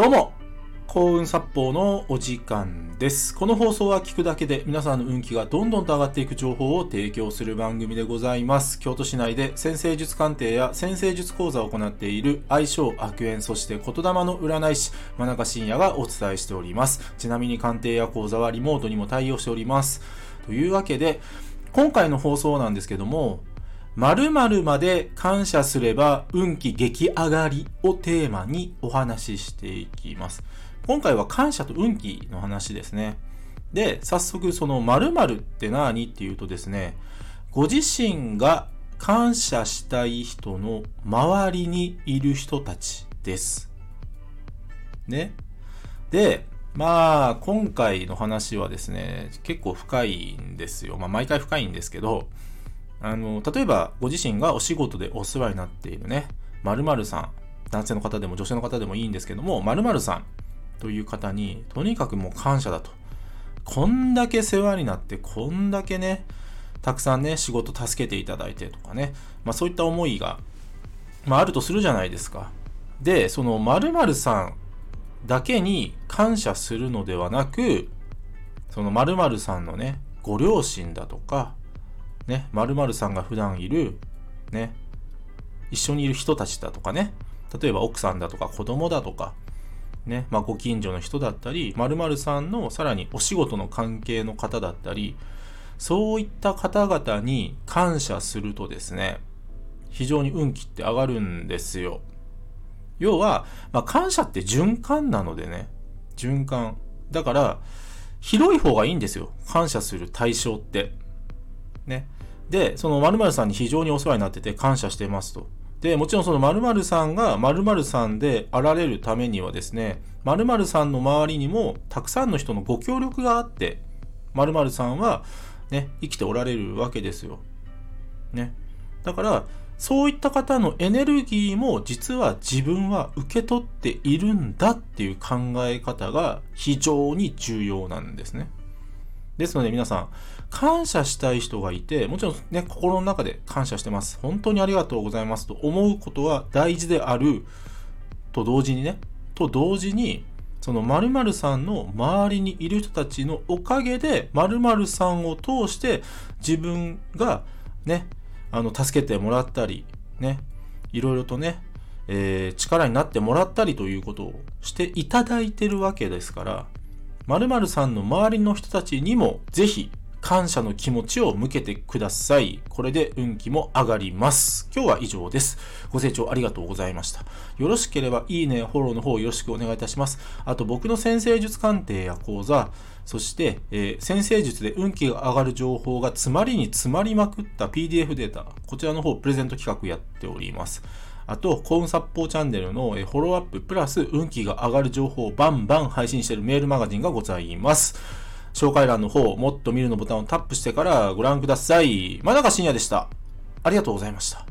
どうも、幸運殺法のお時間です。この放送は聞くだけで皆さんの運気がどんどんと上がっていく情報を提供する番組でございます。京都市内で占星術鑑定や占星術講座を行っている相性悪縁、そして言霊の占い師、真中信也がお伝えしております。ちなみに鑑定や講座はリモートにも対応しております。というわけで、今回の放送なんですけども、〇〇まで感謝すれば運気激上がりをテーマにお話ししていきます。今回は感謝と運気の話ですね。で、早速その〇〇って何っていうとですね、ご自身が感謝したい人の周りにいる人たちです。ね。で、今回の話はですね、結構深いんですよ。毎回深いんですけど、例えばご自身がお仕事でお世話になっているね、〇〇さん、男性の方でも女性の方でもいいんですけども、〇〇さんという方にとにかくもう感謝だと。こんだけ世話になって、こんだけね、たくさんね、仕事助けていただいてとかね、そういった思いが、あるとするじゃないですか。で、その〇〇さんだけに感謝するのではなく、その〇〇さんのね、ご両親だとか、ね、〇〇さんが普段いる、ね、一緒にいる人たちだとかね、例えば奥さんだとか子供だとか、ね、ご近所の人だったり、〇〇さんのさらにお仕事の関係の方だったり、そういった方々に感謝するとですね、非常に運気って上がるんですよ。要は、感謝って循環なのでね、循環。だから、広い方がいいんですよ。感謝する対象って。ね。で、その〇〇さんに非常にお世話になってて感謝してますと。で、もちろんその〇〇さんが〇〇さんであられるためにはですね、〇〇さんの周りにもたくさんの人のご協力があって、〇〇さんはね、生きておられるわけですよ。ね。だから、そういった方のエネルギーも実は自分は受け取っているんだっていう考え方が非常に重要なんですね。ですので皆さん、感謝したい人がいて、もちろんね、心の中で感謝してます。本当にありがとうございますと思うことは大事であると同時に、その〇〇さんの周りにいる人たちのおかげで、〇〇さんを通して自分がね、助けてもらったり、ね、いろいろとね、力になってもらったりということをしていただいてるわけですから、〇〇さんの周りの人たちにもぜひ感謝の気持ちを向けてください。これで運気も上がります。今日は以上です。ご清聴ありがとうございました。よろしければいいね、フォローの方よろしくお願いいたします。あと僕の占星術鑑定や講座、そして、占星術で運気が上がる情報が詰まりに詰まりまくった PDF データ、こちらの方プレゼント企画やっております。あと、幸運殺法チャンネルのフォローアッププラス運気が上がる情報をバンバン配信しているメールマガジンがございます。紹介欄の方、もっと見るのボタンをタップしてからご覧ください。真中信也でした。ありがとうございました。